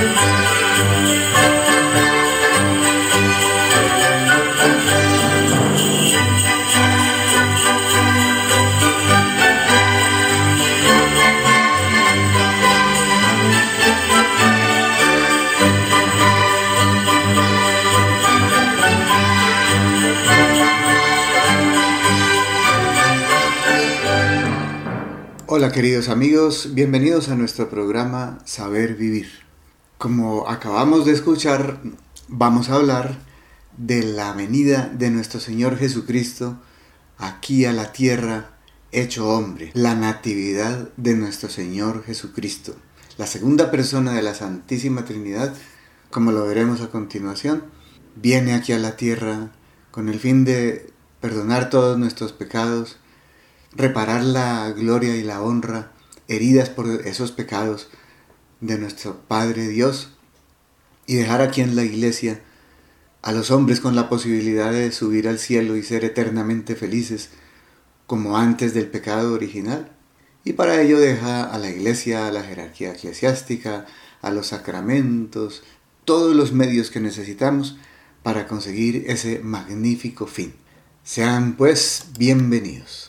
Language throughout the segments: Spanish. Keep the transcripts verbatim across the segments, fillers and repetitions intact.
Hola queridos amigos, bienvenidos a nuestro programa Saber Vivir. Como acabamos de escuchar, vamos a hablar de la venida de nuestro Señor Jesucristo aquí a la tierra hecho hombre, la natividad de nuestro Señor Jesucristo, la segunda persona de la Santísima Trinidad, como lo veremos a continuación, viene aquí a la tierra con el fin de perdonar todos nuestros pecados, reparar la gloria y la honra heridas por esos pecados de nuestro Padre Dios y dejar aquí en la iglesia a los hombres con la posibilidad de subir al cielo y ser eternamente felices como antes del pecado original. Y para ello deja a la iglesia, a la jerarquía eclesiástica, a los sacramentos, todos los medios que necesitamos para conseguir ese magnífico fin. Sean pues bienvenidos.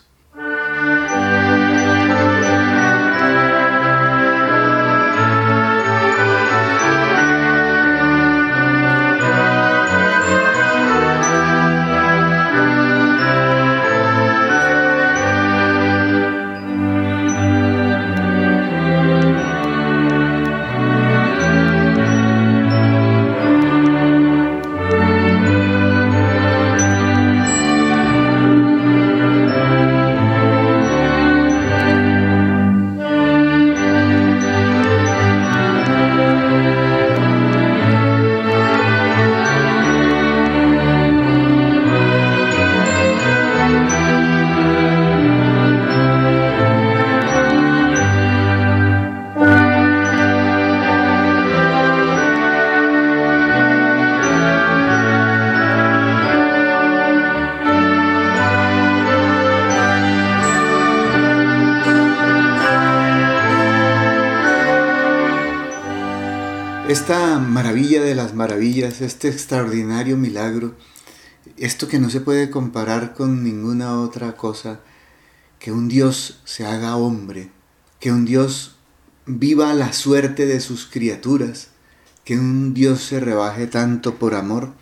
Esta maravilla de las maravillas, este extraordinario milagro, esto que no se puede comparar con ninguna otra cosa, que un Dios se haga hombre, que un Dios viva a la suerte de sus criaturas, que un Dios se rebaje tanto por amor,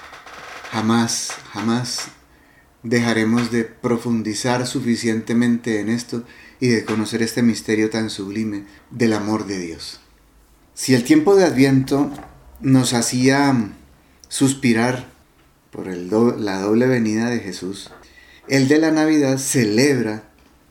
jamás, jamás dejaremos de profundizar suficientemente en esto y de conocer este misterio tan sublime del amor de Dios. Si el tiempo de Adviento nos hacía suspirar por el do- la doble venida de Jesús, el de la Navidad celebra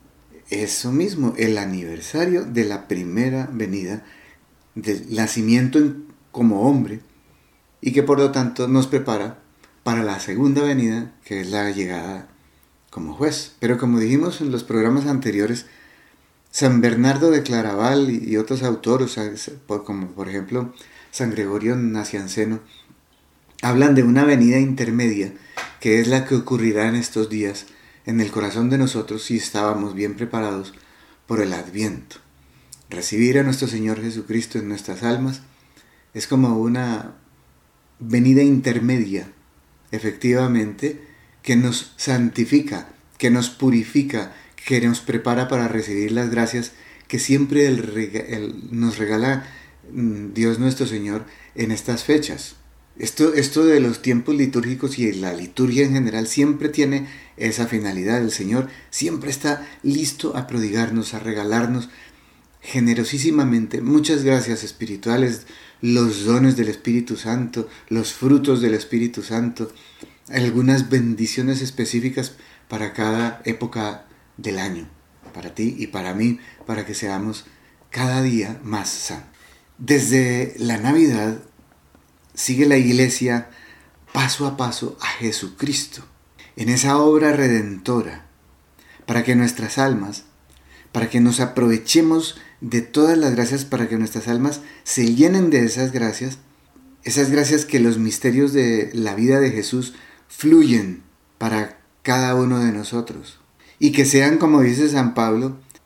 eso mismo, el aniversario de la primera venida, del nacimiento en, como hombre, y que por lo tanto nos prepara para la segunda venida, que es la llegada como juez. Pero como dijimos en los programas anteriores, San Bernardo de Claraval y otros autores, como por ejemplo San Gregorio Nacianceno, hablan de una venida intermedia, que es la que ocurrirá en estos días en el corazón de nosotros si estábamos bien preparados por el Adviento. Recibir a nuestro Señor Jesucristo en nuestras almas es como una venida intermedia, efectivamente, que nos santifica, que nos purifica, que nos prepara para recibir las gracias que siempre el rega- el, nos regala Dios nuestro Señor en estas fechas. Esto, esto de los tiempos litúrgicos y la liturgia en general siempre tiene esa finalidad. El Señor siempre está listo a prodigarnos, a regalarnos generosísimamente muchas gracias espirituales, los dones del Espíritu Santo, los frutos del Espíritu Santo, algunas bendiciones específicas para cada época del año, para ti y para mí, para que seamos cada día más sanos. Desde la Navidad sigue la Iglesia paso a paso a Jesucristo, en esa obra redentora, para que nuestras almas, para que nos aprovechemos de todas las gracias, para que nuestras almas se llenen de esas gracias, esas gracias que los misterios de la vida de Jesús fluyen para cada uno de nosotros. Y que sean, como dice San Pablo,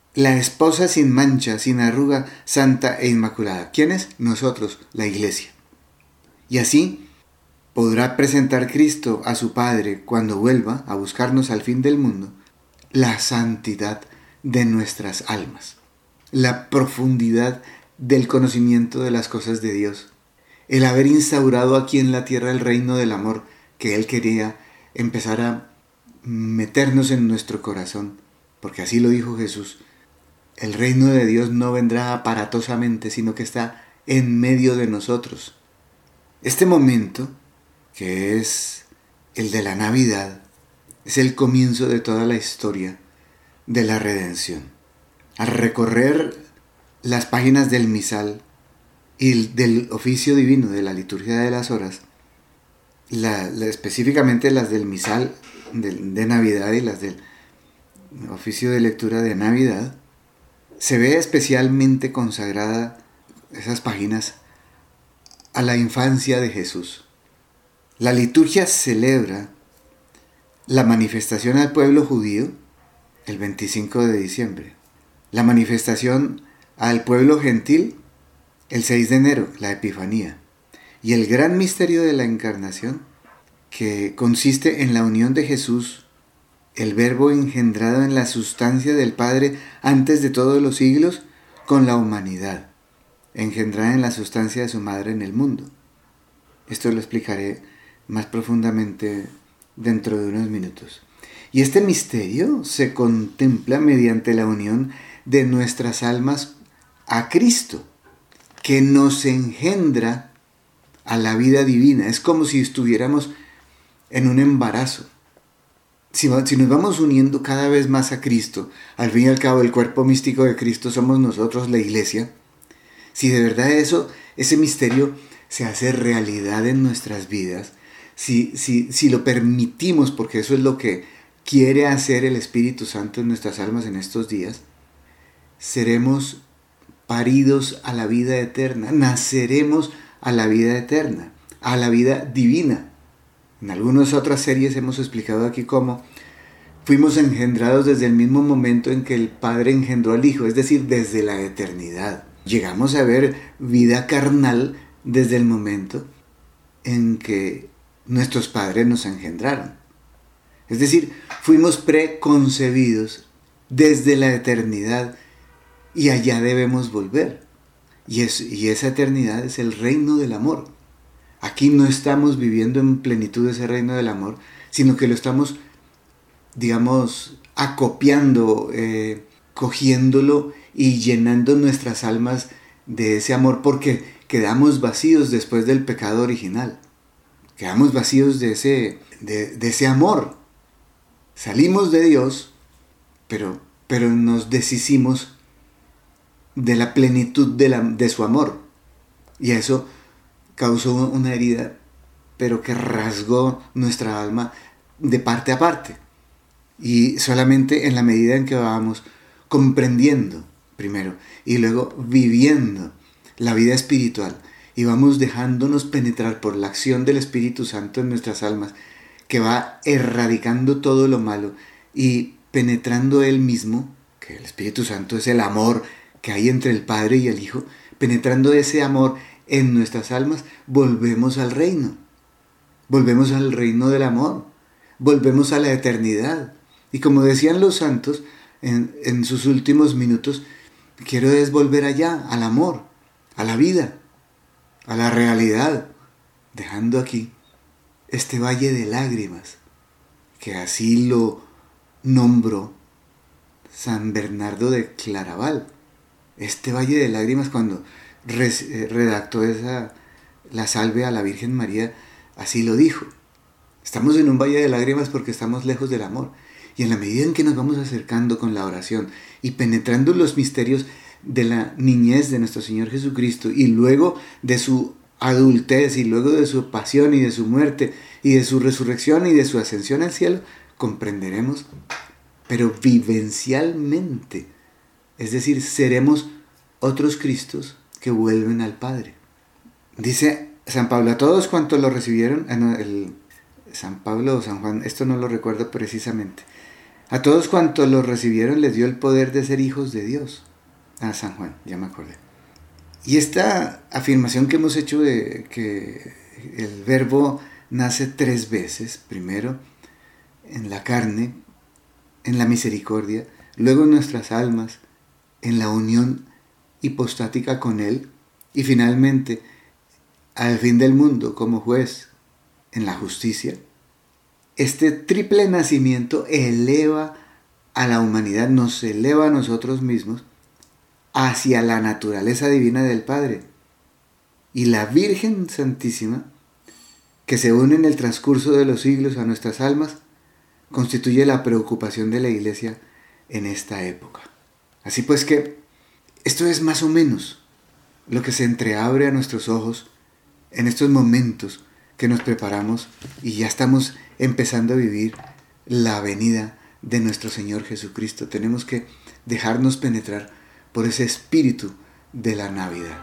la esposa sin mancha, sin arruga, santa e inmaculada. ¿Quiénes? Nosotros, la iglesia. Y así podrá presentar Cristo a su Padre cuando vuelva a buscarnos al fin del mundo la santidad de nuestras almas, la profundidad del conocimiento de las cosas de Dios, el haber instaurado aquí en la tierra el reino del amor que Él quería empezar a meternos en nuestro corazón, porque así lo dijo Jesús. El reino de Dios no vendrá aparatosamente, sino que está en medio de nosotros. Este momento, que es el de la Navidad, es el comienzo de toda la historia de la redención. Al recorrer las páginas del misal y del oficio divino de la liturgia de las horas, la, la, específicamente las del misal de, de Navidad y las del oficio de lectura de Navidad, se ve especialmente consagrada esas páginas a la infancia de Jesús. La liturgia celebra la manifestación al pueblo judío el veinticinco de diciembre, la manifestación al pueblo gentil el seis de enero, la Epifanía, y el gran misterio de la encarnación, que consiste en la unión de Jesús, el Verbo engendrado en la sustancia del Padre antes de todos los siglos, con la humanidad, engendrada en la sustancia de su madre en el mundo. Esto lo explicaré más profundamente dentro de unos minutos. Y este misterio se contempla mediante la unión de nuestras almas a Cristo, que nos engendra a la vida divina. Es como si estuviéramos en un embarazo. Si, si nos vamos uniendo cada vez más a Cristo, al fin y al cabo el cuerpo místico de Cristo somos nosotros, la iglesia. Si de verdad eso, ese misterio se hace realidad en nuestras vidas, si, si, si lo permitimos, porque eso es lo que quiere hacer el Espíritu Santo en nuestras almas en estos días, seremos paridos a la vida eterna, naceremos a la vida eterna, a la vida divina. En algunas otras series hemos explicado aquí cómo fuimos engendrados desde el mismo momento en que el Padre engendró al Hijo, es decir, desde la eternidad. Llegamos a ver vida carnal desde el momento en que nuestros padres nos engendraron. Es decir, fuimos preconcebidos desde la eternidad y allá debemos volver. Y, es, y esa eternidad es el reino del amor. Aquí no estamos viviendo en plenitud ese reino del amor, sino que lo estamos, digamos, acopiando, eh, cogiéndolo y llenando nuestras almas de ese amor, porque quedamos vacíos después del pecado original. Quedamos vacíos de ese, de, de ese amor. Salimos de Dios, pero, pero nos deshicimos de la plenitud de, la, de su amor. Y eso causó una herida, pero que rasgó nuestra alma de parte a parte. Y solamente en la medida en que vamos comprendiendo primero y luego viviendo la vida espiritual y vamos dejándonos penetrar por la acción del Espíritu Santo en nuestras almas, que va erradicando todo lo malo y penetrando Él mismo, que el Espíritu Santo es el amor que hay entre el Padre y el Hijo, penetrando ese amor en nuestras almas, volvemos al reino, volvemos al reino del amor, volvemos a la eternidad. Y como decían los santos en, en sus últimos minutos, quiero es volver allá, al amor, a la vida, a la realidad, dejando aquí este valle de lágrimas, que así lo nombró San Bernardo de Claraval. Este valle de lágrimas, cuando redactó esa, la salve a la Virgen María, así lo dijo. Estamos en un valle de lágrimas porque estamos lejos del amor. Y en la medida en que nos vamos acercando con la oración y penetrando los misterios de la niñez de nuestro Señor Jesucristo y luego de su adultez y luego de su pasión y de su muerte y de su resurrección y de su ascensión al cielo, comprenderemos, pero vivencialmente, es decir, seremos otros Cristos que vuelven al Padre. Dice San Pablo, a todos cuantos lo recibieron, ah, no, el, San Pablo o San Juan, esto no lo recuerdo precisamente, A todos cuantos lo recibieron les dio el poder de ser hijos de Dios. Ah, San Juan, ya me acordé. Y esta afirmación que hemos hecho de que el Verbo nace tres veces, primero en la carne, en la misericordia, luego en nuestras almas, en la unión hipostática con Él, y finalmente al fin del mundo como juez en la justicia. Este triple nacimiento eleva a la humanidad, nos eleva a nosotros mismos hacia la naturaleza divina del Padre. Y la Virgen Santísima, que se une en el transcurso de los siglos a nuestras almas, constituye la preocupación de la Iglesia en esta época. Así pues que esto es más o menos lo que se entreabre a nuestros ojos en estos momentos que nos preparamos y ya estamos empezando a vivir la venida de nuestro Señor Jesucristo. Tenemos que dejarnos penetrar por ese espíritu de la Navidad.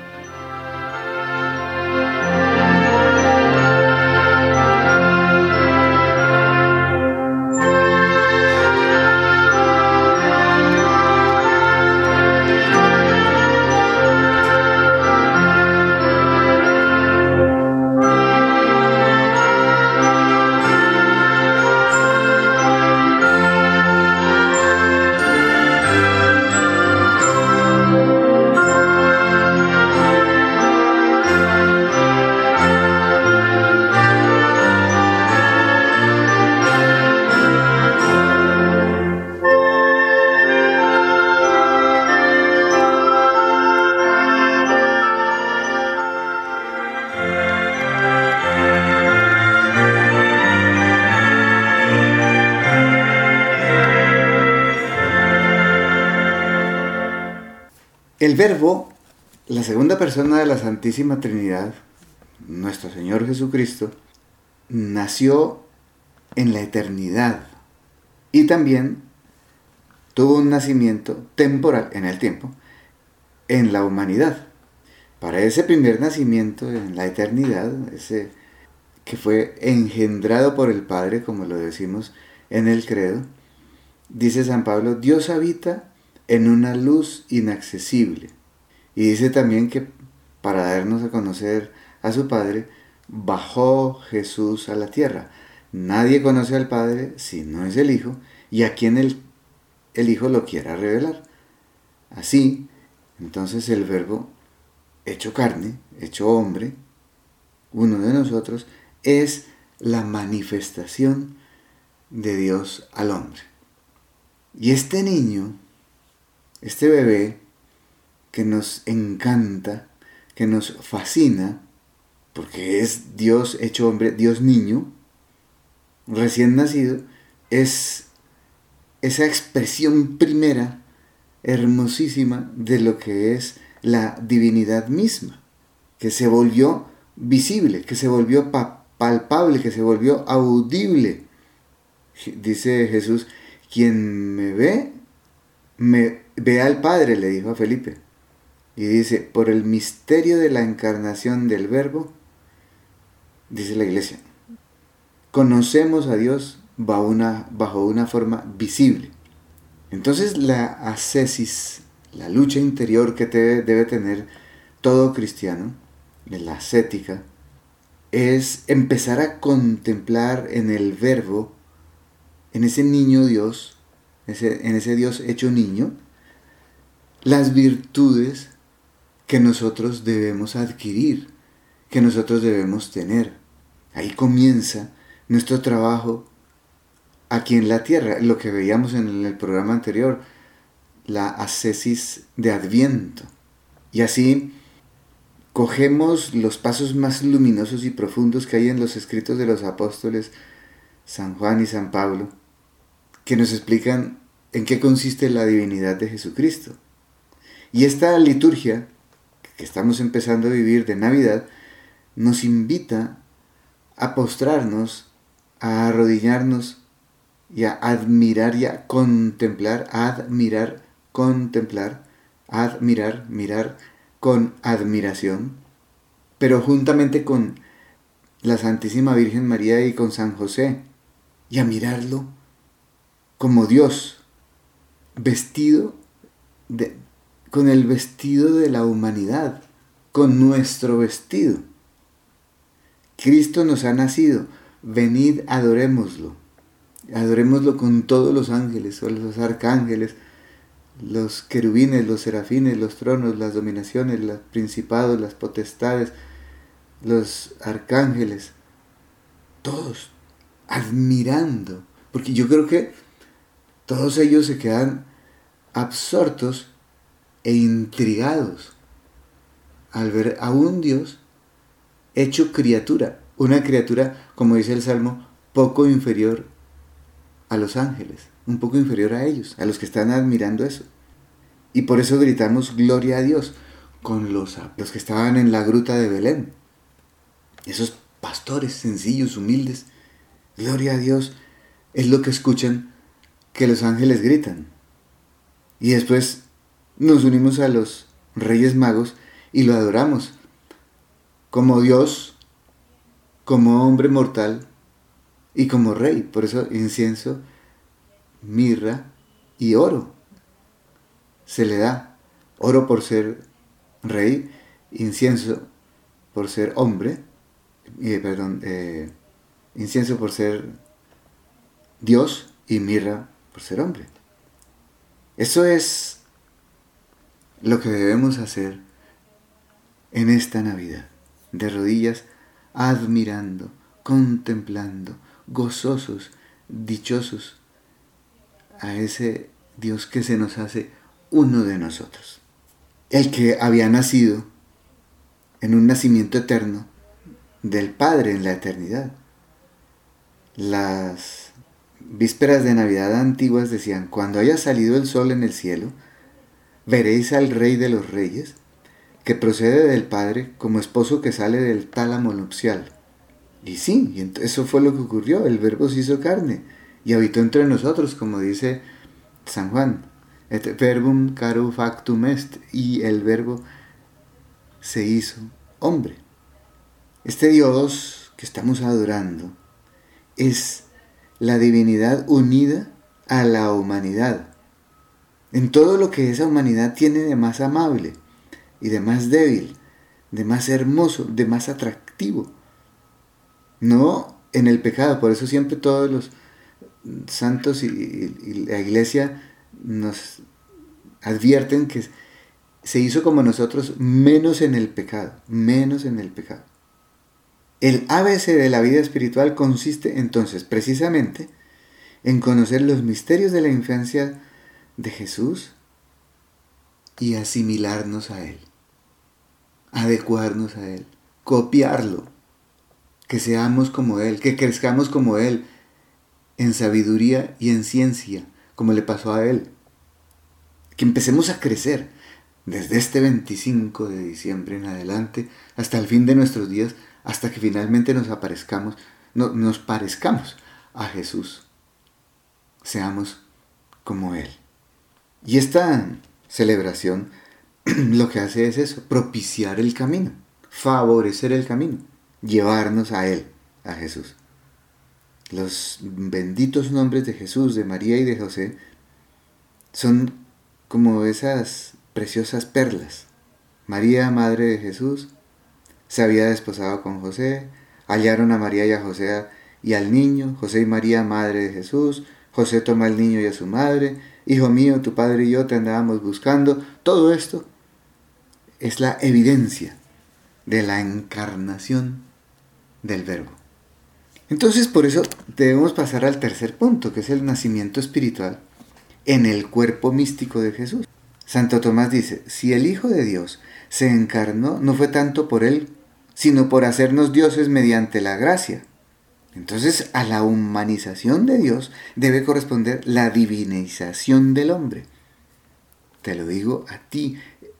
El Verbo, la segunda persona de la Santísima Trinidad, nuestro Señor Jesucristo, nació en la eternidad y también tuvo un nacimiento temporal en el tiempo, en la humanidad. Para ese primer nacimiento en la eternidad, ese que fue engendrado por el Padre, como lo decimos en el credo, dice San Pablo, Dios habita en una luz inaccesible. Y dice también que para darnos a conocer a su Padre, bajó Jesús a la tierra. Nadie conoce al Padre si no es el Hijo, y a quien el, el Hijo lo quiera revelar. Así, entonces el Verbo, hecho carne, hecho hombre, uno de nosotros, es la manifestación de Dios al hombre. Y este niño, este bebé que nos encanta, que nos fascina, porque es Dios hecho hombre, Dios niño, recién nacido, es esa expresión primera, hermosísima, de lo que es la divinidad misma, que se volvió visible, que se volvió palpable, que se volvió audible. Dice Jesús, quien me ve, me ve al Padre, le dijo a Felipe. Y dice, por el misterio de la encarnación del Verbo, dice la Iglesia, conocemos a Dios bajo una, bajo una forma visible. Entonces la ascesis, la lucha interior que te, debe tener todo cristiano, la ascética, es empezar a contemplar en el Verbo, en ese niño Dios, ese, en ese Dios hecho niño, las virtudes que nosotros debemos adquirir, que nosotros debemos tener. Ahí comienza nuestro trabajo aquí en la tierra, lo que veíamos en el programa anterior, la ascesis de Adviento. Y así cogemos los pasos más luminosos y profundos que hay en los escritos de los apóstoles San Juan y San Pablo, que nos explican en qué consiste la divinidad de Jesucristo. Y esta liturgia que estamos empezando a vivir de Navidad nos invita a postrarnos, a arrodillarnos y a admirar y a contemplar, a admirar, contemplar, a admirar, mirar con admiración, pero juntamente con la Santísima Virgen María y con San José, y a mirarlo como Dios, vestido de, con el vestido de la humanidad, con nuestro vestido. Cristo nos ha nacido, venid, adorémoslo. Adorémoslo con todos los ángeles, con los arcángeles, los querubines, los serafines, los tronos, las dominaciones, los principados, las potestades, los arcángeles, todos admirando, porque yo creo que todos ellos se quedan absortos e intrigados al ver a un Dios hecho criatura, una criatura, como dice el Salmo, poco inferior a los ángeles, un poco inferior a ellos, a los que están admirando eso. Y por eso gritamos gloria a Dios con los, los que estaban en la gruta de Belén, esos pastores sencillos, humildes. Gloria a Dios es lo que escuchan que los ángeles gritan. Y después nos unimos a los Reyes Magos y lo adoramos como Dios, como hombre mortal y como rey. Por eso incienso, mirra y oro se le da. Oro por ser rey, incienso por ser hombre, eh, perdón, eh, incienso por ser Dios y mirra por ser hombre. Eso es lo que debemos hacer en esta Navidad, de rodillas, admirando, contemplando, gozosos, dichosos a ese Dios que se nos hace uno de nosotros. El que había nacido en un nacimiento eterno del Padre en la eternidad. Las vísperas de Navidad antiguas decían: cuando haya salido el sol en el cielo, veréis al Rey de los Reyes, que procede del Padre como esposo que sale del tálamo nupcial. Y sí, y eso fue lo que ocurrió. El Verbo se hizo carne y habitó entre nosotros, como dice San Juan. Et verbum caro factum est, y el Verbo se hizo hombre. Este Dios que estamos adorando es la divinidad unida a la humanidad, en todo lo que esa humanidad tiene de más amable y de más débil, de más hermoso, de más atractivo. No en el pecado. Por eso siempre todos los santos y, y, y la iglesia nos advierten que se hizo como nosotros, menos en el pecado, menos en el pecado. El A B C de la vida espiritual consiste entonces precisamente en conocer los misterios de la infancia de Jesús y asimilarnos a Él, adecuarnos a Él, copiarlo, que seamos como Él, que crezcamos como Él, en sabiduría y en ciencia, como le pasó a Él. Que empecemos a crecer desde este veinticinco de diciembre en adelante hasta el fin de nuestros días, hasta que finalmente nos aparezcamos, no, nos parezcamos a Jesús. Seamos como Él. Y esta celebración lo que hace es eso, propiciar el camino, favorecer el camino, llevarnos a Él, a Jesús. Los benditos nombres de Jesús, de María y de José son como esas preciosas perlas. María, madre de Jesús, se había desposado con José, hallaron a María y a José y al niño, José y María, madre de Jesús, José toma al niño y a su madre, hijo mío, tu padre y yo te andábamos buscando. Todo esto es la evidencia de la encarnación del Verbo. Entonces, por eso debemos pasar al tercer punto, que es el nacimiento espiritual en el cuerpo místico de Jesús. Santo Tomás dice: si el Hijo de Dios se encarnó, no fue tanto por Él, sino por hacernos dioses mediante la gracia. Entonces, a la humanización de Dios debe corresponder la divinización del hombre. Te lo digo a ti,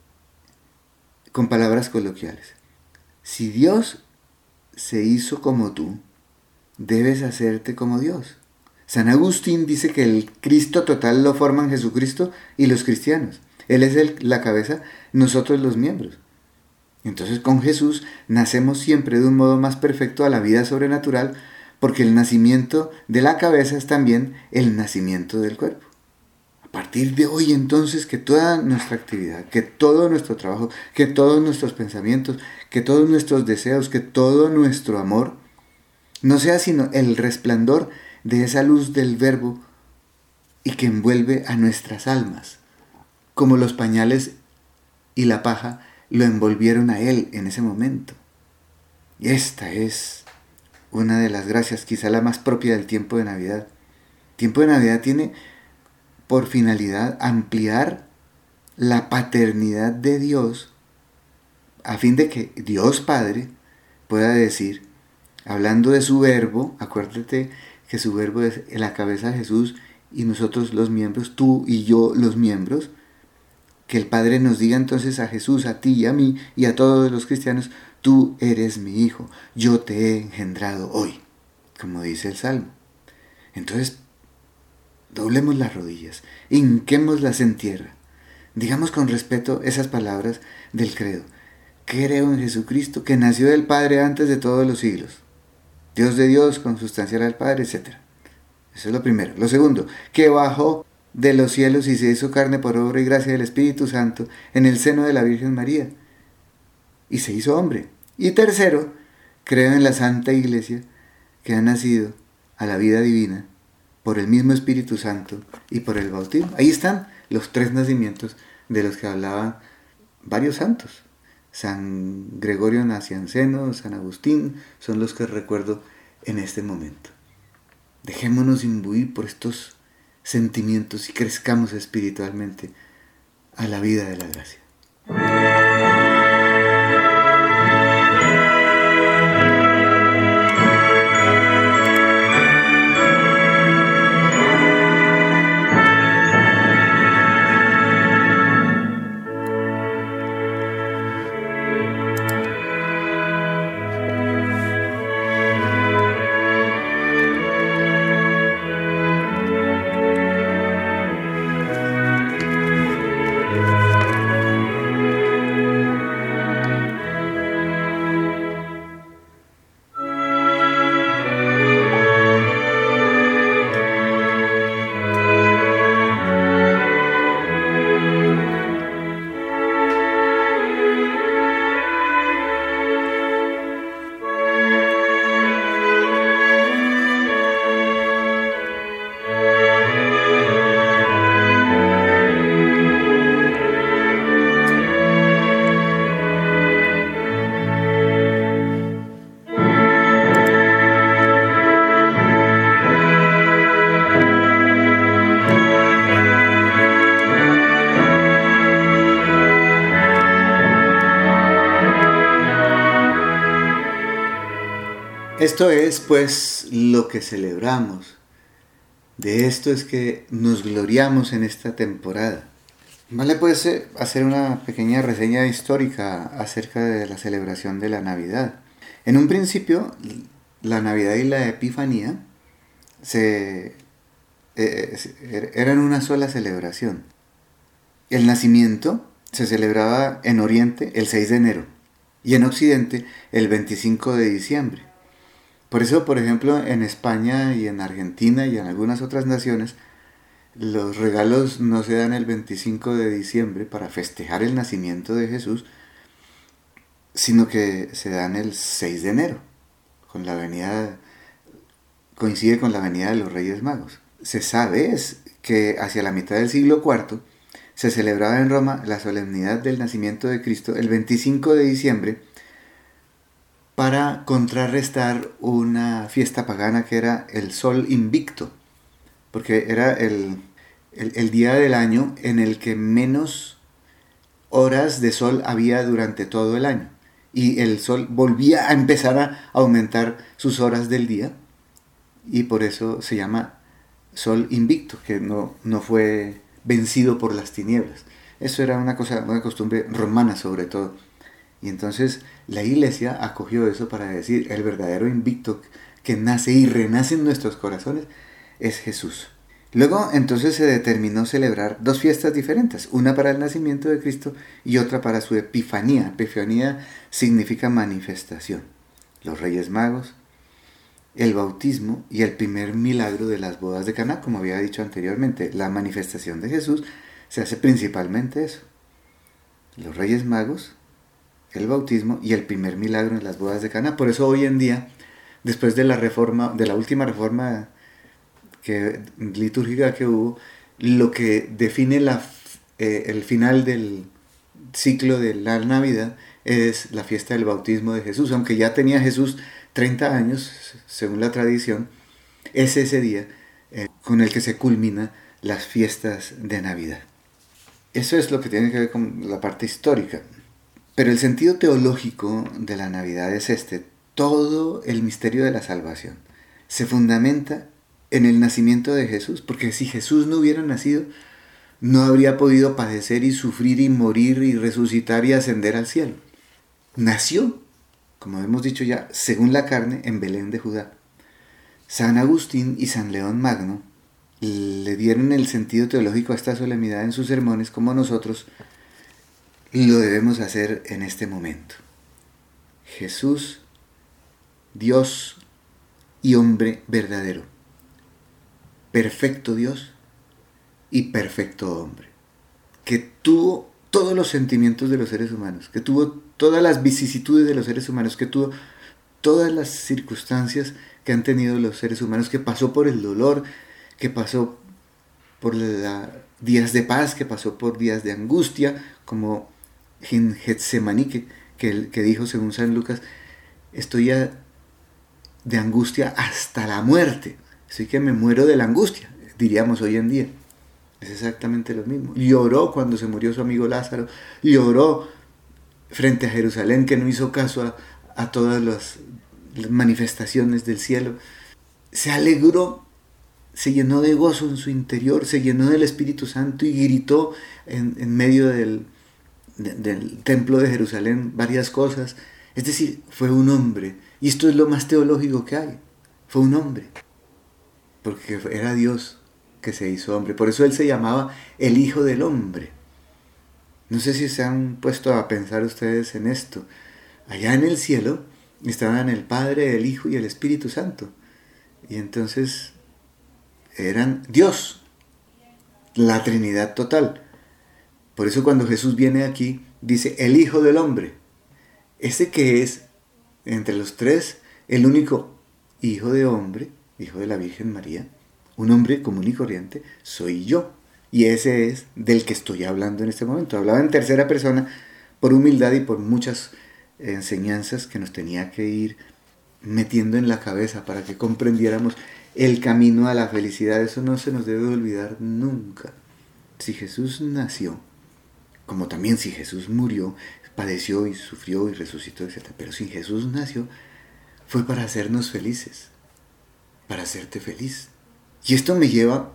con palabras coloquiales. Si Dios se hizo como tú, debes hacerte como Dios. San Agustín dice que el Cristo total lo forman Jesucristo y los cristianos. Él es el, la cabeza, nosotros los miembros. Entonces con Jesús nacemos siempre de un modo más perfecto a la vida sobrenatural, porque el nacimiento de la cabeza es también el nacimiento del cuerpo. A partir de hoy entonces que toda nuestra actividad, que todo nuestro trabajo, que todos nuestros pensamientos, que todos nuestros deseos, que todo nuestro amor, no sea sino el resplandor de esa luz del Verbo y que envuelve a nuestras almas, como los pañales y la paja lo envolvieron a Él en ese momento. Y esta es una de las gracias, quizá la más propia del tiempo de Navidad. El tiempo de Navidad tiene por finalidad ampliar la paternidad de Dios a fin de que Dios Padre pueda decir, hablando de su Verbo, acuérdate que su Verbo es la cabeza de Jesús y nosotros los miembros, tú y yo los miembros, que el Padre nos diga entonces a Jesús, a ti y a mí y a todos los cristianos, tú eres mi hijo, yo te he engendrado hoy, como dice el Salmo. Entonces, doblemos las rodillas, hinquémoslas en tierra, digamos con respeto esas palabras del credo. Creo en Jesucristo, que nació del Padre antes de todos los siglos, Dios de Dios, consustancial al Padre, etcétera. Eso es lo primero. Lo segundo, que bajó de los cielos y se hizo carne por obra y gracia del Espíritu Santo en el seno de la Virgen María y se hizo hombre. Y tercero, creo en la Santa Iglesia que ha nacido a la vida divina por el mismo Espíritu Santo y por el bautismo. Ahí están los tres nacimientos de los que hablaban varios santos. San Gregorio Nacianceno, San Agustín, son los que recuerdo en este momento. Dejémonos imbuir por estos sentimientos y crezcamos espiritualmente a la vida de la gracia. Esto es, pues, lo que celebramos. De esto es que nos gloriamos en esta temporada. Vale, pues, hacer una pequeña reseña histórica acerca de la celebración de la Navidad. En un principio, la Navidad y la Epifanía se, eh, eran una sola celebración. El nacimiento se celebraba en Oriente el seis de enero y en Occidente el veinticinco de diciembre. Por eso, por ejemplo, en España y en Argentina y en algunas otras naciones, los regalos no se dan el veinticinco de diciembre para festejar el nacimiento de Jesús, sino que se dan el seis de enero, con la venida, coincide con la venida de los Reyes Magos. Se sabe es que hacia la mitad del siglo cuarto se celebraba en Roma la solemnidad del nacimiento de Cristo el veinticinco de diciembre, para contrarrestar una fiesta pagana que era el Sol Invicto, porque era el, el, el día del año en el que menos horas de sol había durante todo el año, y el sol volvía a empezar a aumentar sus horas del día, y por eso se llama Sol Invicto, que no, no fue vencido por las tinieblas. Eso era una cosa, una costumbre romana sobre todo. Y entonces la Iglesia acogió eso para decir, el verdadero invicto que nace y renace en nuestros corazones es Jesús. Luego entonces se determinó celebrar dos fiestas diferentes, una para el nacimiento de Cristo y otra para su Epifanía. Epifanía significa manifestación. Los Reyes Magos el bautismo y el primer milagro de las bodas de Caná, como había dicho anteriormente. La manifestación de Jesús se hace principalmente eso. Los Reyes Magos, el bautismo y el primer milagro en las bodas de Caná. Por eso hoy en día, después de la reforma, de la última reforma que, litúrgica que hubo, lo que define la, eh, el final del ciclo de la Navidad es la fiesta del bautismo de Jesús. Aunque ya tenía Jesús treinta años, según la tradición, es ese día eh, con el que se culmina las fiestas de Navidad. Eso es lo que tiene que ver con la parte histórica. Pero el sentido teológico de la Navidad es este. Todo el misterio de la salvación se fundamenta en el nacimiento de Jesús, porque si Jesús no hubiera nacido, no habría podido padecer y sufrir y morir y resucitar y ascender al cielo. Nació, como hemos dicho ya, según la carne, en Belén de Judá. San Agustín y San León Magno le dieron el sentido teológico a esta solemnidad en sus sermones, como nosotros lo debemos hacer en este momento. Jesús, Dios y hombre verdadero, perfecto Dios y perfecto hombre, que tuvo todos los sentimientos de los seres humanos, que tuvo todas las vicisitudes de los seres humanos, que tuvo todas las circunstancias que han tenido los seres humanos, que pasó por el dolor, que pasó por la, días de paz, que pasó por días de angustia, como en Getsemaní, que, que, que dijo según San Lucas, estoy a, de angustia hasta la muerte, así que me muero de la angustia, diríamos hoy en día. Es exactamente lo mismo. Lloró cuando se murió su amigo Lázaro, lloró frente a Jerusalén, que no hizo caso a, a todas las, las manifestaciones del cielo. Se alegró, se llenó de gozo en su interior, se llenó del Espíritu Santo y gritó en, en medio del, de, del templo de Jerusalén varias cosas. Es decir, fue un hombre. Y esto es lo más teológico que hay. Fue un hombre. Porque era Dios que se hizo hombre. Por eso él se llamaba el Hijo del Hombre. No sé si se han puesto a pensar ustedes en esto. Allá en el cielo estaban el Padre, el Hijo y el Espíritu Santo. Y entonces eran Dios, la Trinidad total. Por eso cuando Jesús viene aquí, dice el Hijo del Hombre. Ese que es, entre los tres, el único Hijo de hombre, Hijo de la Virgen María, un hombre común y corriente, soy yo. Y ese es del que estoy hablando en este momento. Hablaba en tercera persona por humildad y por muchas enseñanzas que nos tenía que ir metiendo en la cabeza para que comprendiéramos el camino a la felicidad. Eso no se nos debe olvidar nunca. Si Jesús nació, como también si Jesús murió, padeció y sufrió y resucitó, etcétera. Pero si Jesús nació, fue para hacernos felices, para hacerte feliz. Y esto me lleva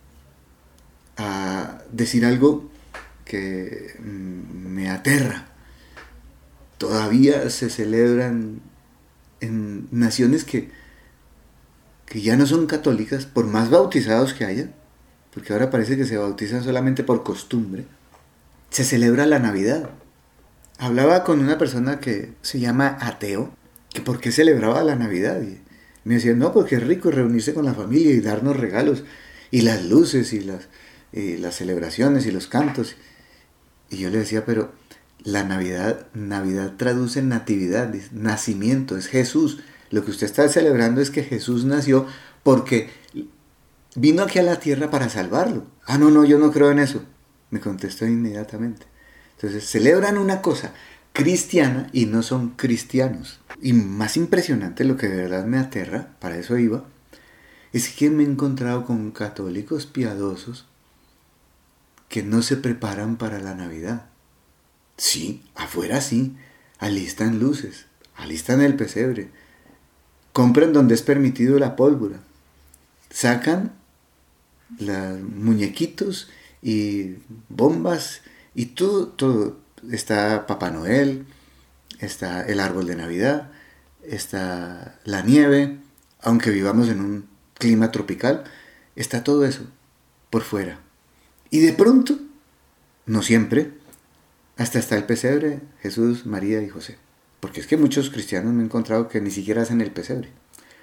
a decir algo que me aterra. Todavía se celebran en naciones que, que ya no son católicas, por más bautizados que haya, porque ahora parece que se bautizan solamente por costumbre, se celebra la Navidad. Hablaba con una persona que se llama ateo, que por qué celebraba la Navidad, y me decía, no, porque es rico reunirse con la familia y darnos regalos, y las luces, y las, y las celebraciones, y los cantos. Y yo le decía, pero la Navidad, Navidad traduce natividad, nacimiento, es Jesús. Lo que usted está celebrando es que Jesús nació porque vino aquí a la tierra para salvarlo. Ah, no, no, yo no creo en eso, me contestó inmediatamente. Entonces celebran una cosa cristiana y no son cristianos. Y más impresionante, lo que de verdad me aterra, para eso iba, es que me he encontrado con católicos piadosos que no se preparan para la Navidad. Sí, afuera sí, alistan luces, alistan el pesebre, compran donde es permitido la pólvora, sacan los muñequitos y bombas y todo, todo. Está Papá Noel, está el árbol de Navidad, está la nieve, aunque vivamos en un clima tropical, está todo eso por fuera. Y de pronto, no siempre, hasta está el pesebre, Jesús, María y José. Porque es que muchos cristianos me he encontrado que ni siquiera hacen el pesebre.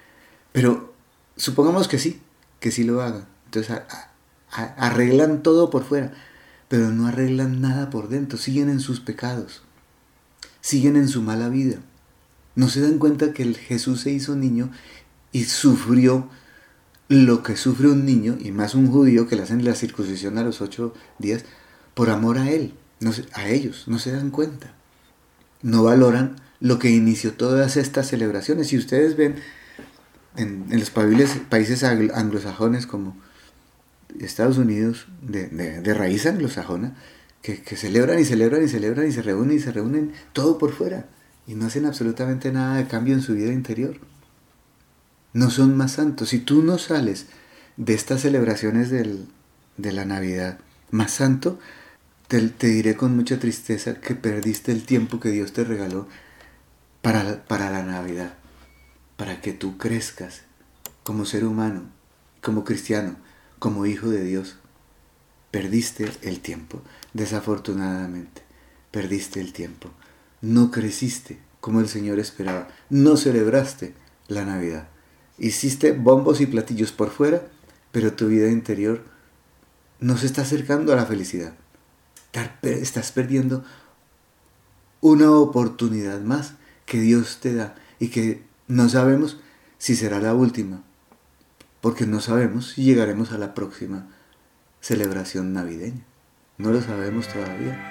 Pero supongamos que sí, que sí lo hagan. Entonces a, a, arreglan todo por fuera, pero no arreglan nada por dentro. Siguen en sus pecados, siguen en su mala vida. No se dan cuenta que el Jesús se hizo niño y sufrió lo que sufre un niño, y más un judío que le hacen la circuncisión a los ocho días, por amor a él, no se, a ellos. No se dan cuenta. No valoran lo que inició todas estas celebraciones. Si ustedes ven en, en los países, países anglosajones como Estados Unidos, de, de, de raíz anglosajona, que, que celebran y celebran y celebran y se reúnen y se reúnen, todo por fuera, y no hacen absolutamente nada de cambio en su vida interior. No son más santos. Si tú no sales de estas celebraciones del, de la Navidad más santo, te, te diré con mucha tristeza que perdiste el tiempo que Dios te regaló para, para la Navidad, para que tú crezcas como ser humano, como cristiano, como hijo de Dios. Perdiste el tiempo, desafortunadamente, perdiste el tiempo. No creciste como el Señor esperaba, no celebraste la Navidad. Hiciste bombos y platillos por fuera, pero tu vida interior no se está acercando a la felicidad. Estás perdiendo una oportunidad más que Dios te da y que no sabemos si será la última, porque no sabemos si llegaremos a la próxima celebración navideña. No lo sabemos todavía.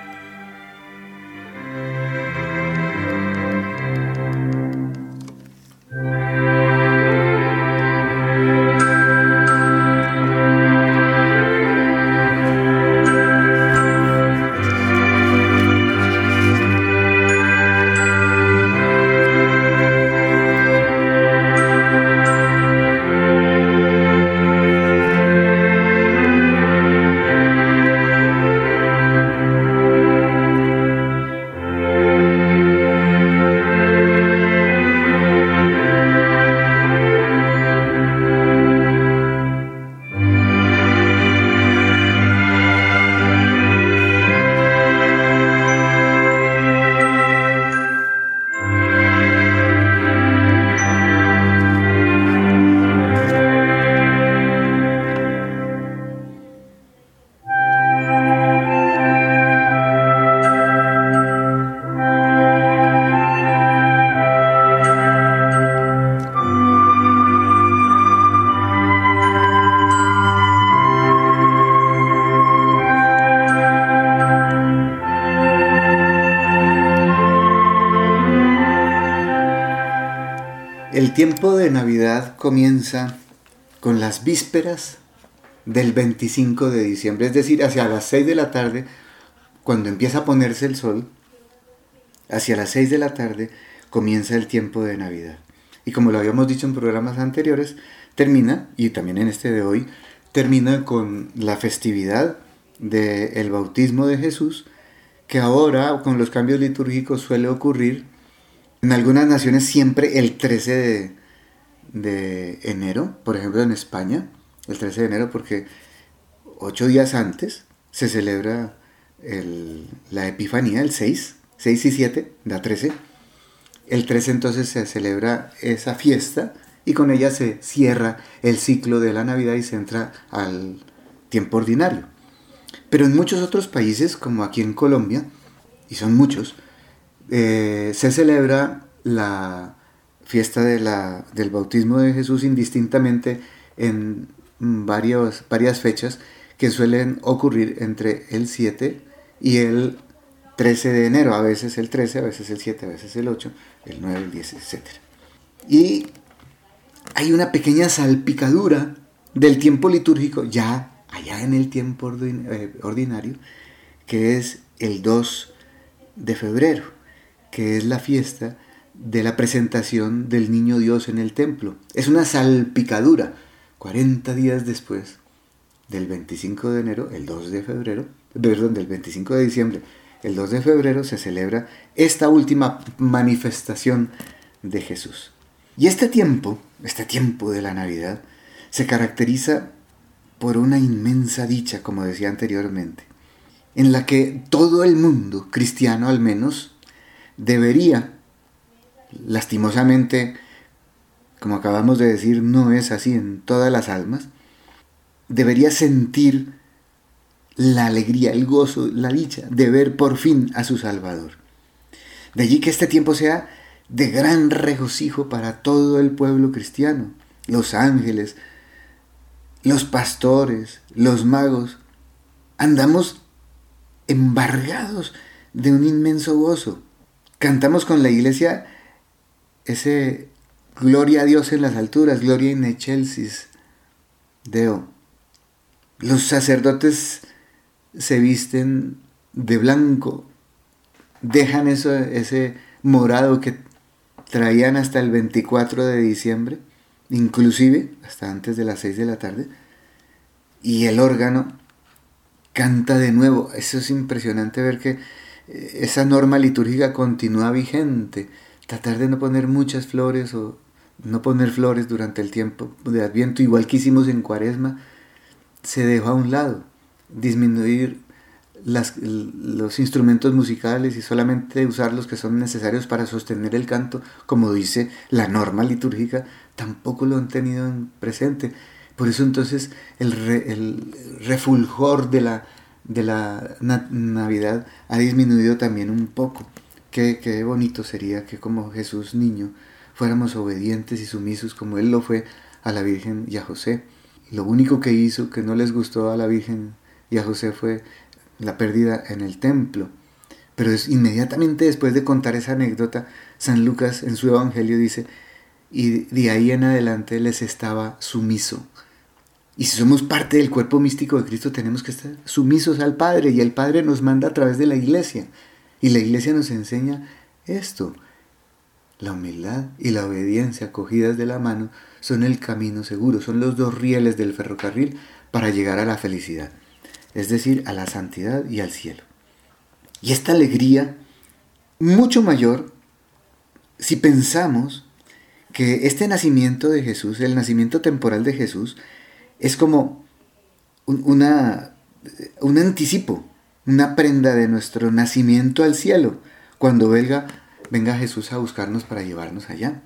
El tiempo de Navidad comienza con las vísperas del veinticinco de diciembre, es decir, hacia las seis de la tarde, cuando empieza a ponerse el sol, hacia las seis de la tarde comienza el tiempo de Navidad. Y como lo habíamos dicho en programas anteriores, termina, y también en este de hoy, termina con la festividad del bautismo de Jesús, que ahora con los cambios litúrgicos suele ocurrir en algunas naciones siempre el trece de, de enero, por ejemplo en España, el trece de enero, porque ocho días antes se celebra el, la Epifanía, el seis, seis y siete, da trece. El trece entonces se celebra esa fiesta y con ella se cierra el ciclo de la Navidad y se entra al tiempo ordinario. Pero en muchos otros países, como aquí en Colombia, y son muchos, Eh, se celebra la fiesta de la, del bautismo de Jesús indistintamente en varios, varias fechas que suelen ocurrir entre el siete y el trece de enero, a veces el trece, a veces el siete, a veces el ocho, el nueve, el diez, etcétera. Y hay una pequeña salpicadura del tiempo litúrgico ya allá en el tiempo ordinario, que es el dos de febrero. Que es la fiesta de la presentación del niño Dios en el templo. Es una salpicadura. cuarenta días después del veinticinco de enero, el dos de febrero, perdón, del veinticinco de diciembre, el dos de febrero se celebra esta última manifestación de Jesús. Y este tiempo, este tiempo de la Navidad, se caracteriza por una inmensa dicha, como decía anteriormente, en la que todo el mundo, cristiano al menos, debería, lastimosamente, como acabamos de decir, no es así en todas las almas, debería sentir la alegría, el gozo, la dicha de ver por fin a su Salvador. De allí que este tiempo sea de gran regocijo para todo el pueblo cristiano, los ángeles, los pastores, los magos. Andamos embargados de un inmenso gozo. Cantamos con la iglesia ese gloria a Dios en las alturas, gloria in excelsis Deo. Los sacerdotes se visten de blanco, dejan eso, ese morado que traían hasta el veinticuatro de diciembre, inclusive hasta antes de las seis de la tarde, y el órgano canta de nuevo. Eso es impresionante ver que esa norma litúrgica continúa vigente. Tratar de no poner muchas flores o no poner flores durante el tiempo de Adviento, igual que hicimos en Cuaresma, se dejó a un lado. Disminuir las, los instrumentos musicales y solamente usar los que son necesarios para sostener el canto, como dice la norma litúrgica, tampoco lo han tenido en presente. Por eso entonces el, re, el refulgor de la, de la na- Navidad ha disminuido también un poco. Qué, qué bonito sería que como Jesús niño fuéramos obedientes y sumisos como Él lo fue a la Virgen y a José. Lo único que hizo que no les gustó a la Virgen y a José fue la pérdida en el templo. Pero es inmediatamente después de contar esa anécdota, San Lucas en su Evangelio dice, y de ahí en adelante les estaba sumiso. Y si somos parte del cuerpo místico de Cristo, tenemos que estar sumisos al Padre, y el Padre nos manda a través de la Iglesia. Y la Iglesia nos enseña esto. La humildad y la obediencia cogidas de la mano son el camino seguro, son los dos rieles del ferrocarril para llegar a la felicidad, es decir, a la santidad y al cielo. Y esta alegría, mucho mayor, si pensamos que este nacimiento de Jesús, el nacimiento temporal de Jesús, es como un, una, un anticipo, una prenda de nuestro nacimiento al cielo, cuando venga, venga Jesús a buscarnos para llevarnos allá.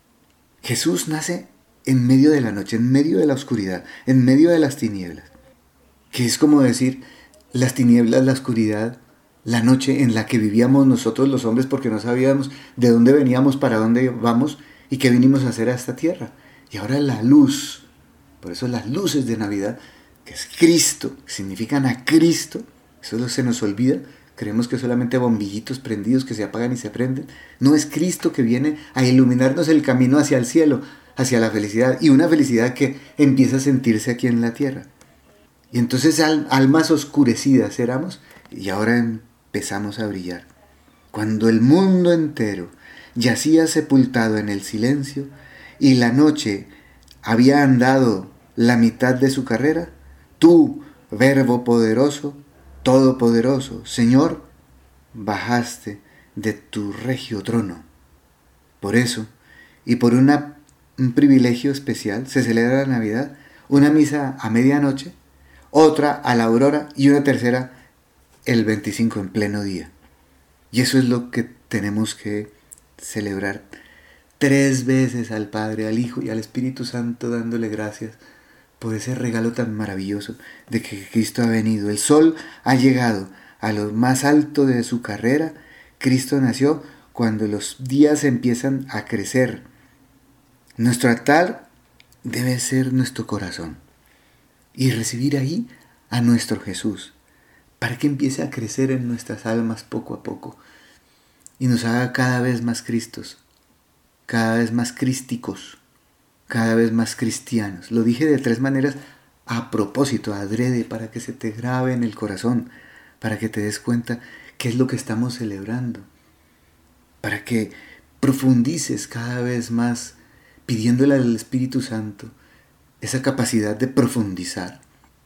Jesús nace en medio de la noche, en medio de la oscuridad, en medio de las tinieblas, que es como decir, las tinieblas, la oscuridad, la noche en la que vivíamos nosotros los hombres porque no sabíamos de dónde veníamos, para dónde vamos y qué vinimos a hacer a esta tierra. Y ahora la luz, por eso las luces de Navidad, que es Cristo, significan a Cristo, eso se nos olvida, creemos que solamente bombillitos prendidos que se apagan y se prenden. No, es Cristo que viene a iluminarnos el camino hacia el cielo, hacia la felicidad, y una felicidad que empieza a sentirse aquí en la tierra. Y entonces al, almas oscurecidas éramos, y ahora empezamos a brillar. Cuando el mundo entero yacía sepultado en el silencio y la noche había andado la mitad de su carrera, tú, Verbo poderoso, todopoderoso, Señor, bajaste de tu regio trono. Por eso, y por una, un privilegio especial, se celebra la Navidad, una misa a medianoche, otra a la aurora y una tercera el veinticinco en pleno día. Y eso es lo que tenemos que celebrar tres veces al Padre, al Hijo y al Espíritu Santo, dándole gracias por ese regalo tan maravilloso de que Cristo ha venido. El sol ha llegado a lo más alto de su carrera. Cristo nació cuando los días empiezan a crecer. Nuestro altar debe ser nuestro corazón y recibir ahí a nuestro Jesús, para que empiece a crecer en nuestras almas poco a poco y nos haga cada vez más Cristos, cada vez más crísticos, cada vez más cristianos. Lo dije de tres maneras a propósito, adrede, para que se te grabe en el corazón, para que te des cuenta qué es lo que estamos celebrando, para que profundices cada vez más, pidiéndole al Espíritu Santo esa capacidad de profundizar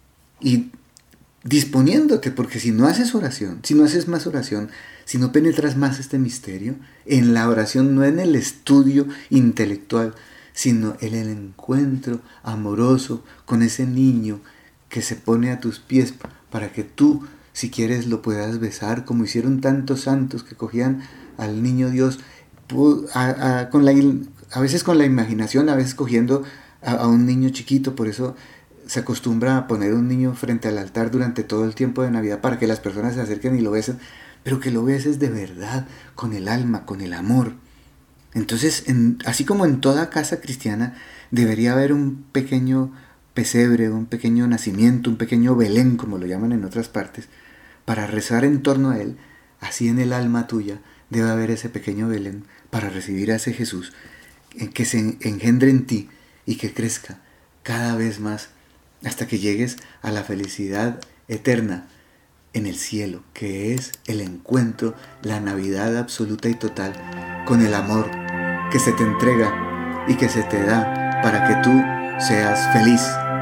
y disponiéndote, porque si no haces oración, si no haces más oración, si no penetras más este misterio, en la oración, no en el estudio intelectual, sino en el encuentro amoroso con ese niño que se pone a tus pies para que tú, si quieres, lo puedas besar, como hicieron tantos santos que cogían al niño Dios a, a, con la, a veces con la imaginación, a veces cogiendo a, a un niño chiquito, por eso se acostumbra a poner un niño frente al altar durante todo el tiempo de Navidad para que las personas se acerquen y lo besen, pero que lo beses de verdad, con el alma, con el amor. Entonces, en, así como en toda casa cristiana, debería haber un pequeño pesebre, un pequeño nacimiento, un pequeño Belén, como lo llaman en otras partes, para rezar en torno a él. Así en el alma tuya debe haber ese pequeño Belén para recibir a ese Jesús que se engendre en ti y que crezca cada vez más hasta que llegues a la felicidad eterna en el cielo, que es el encuentro, la Navidad absoluta y total con el amor que se te entrega y que se te da para que tú seas feliz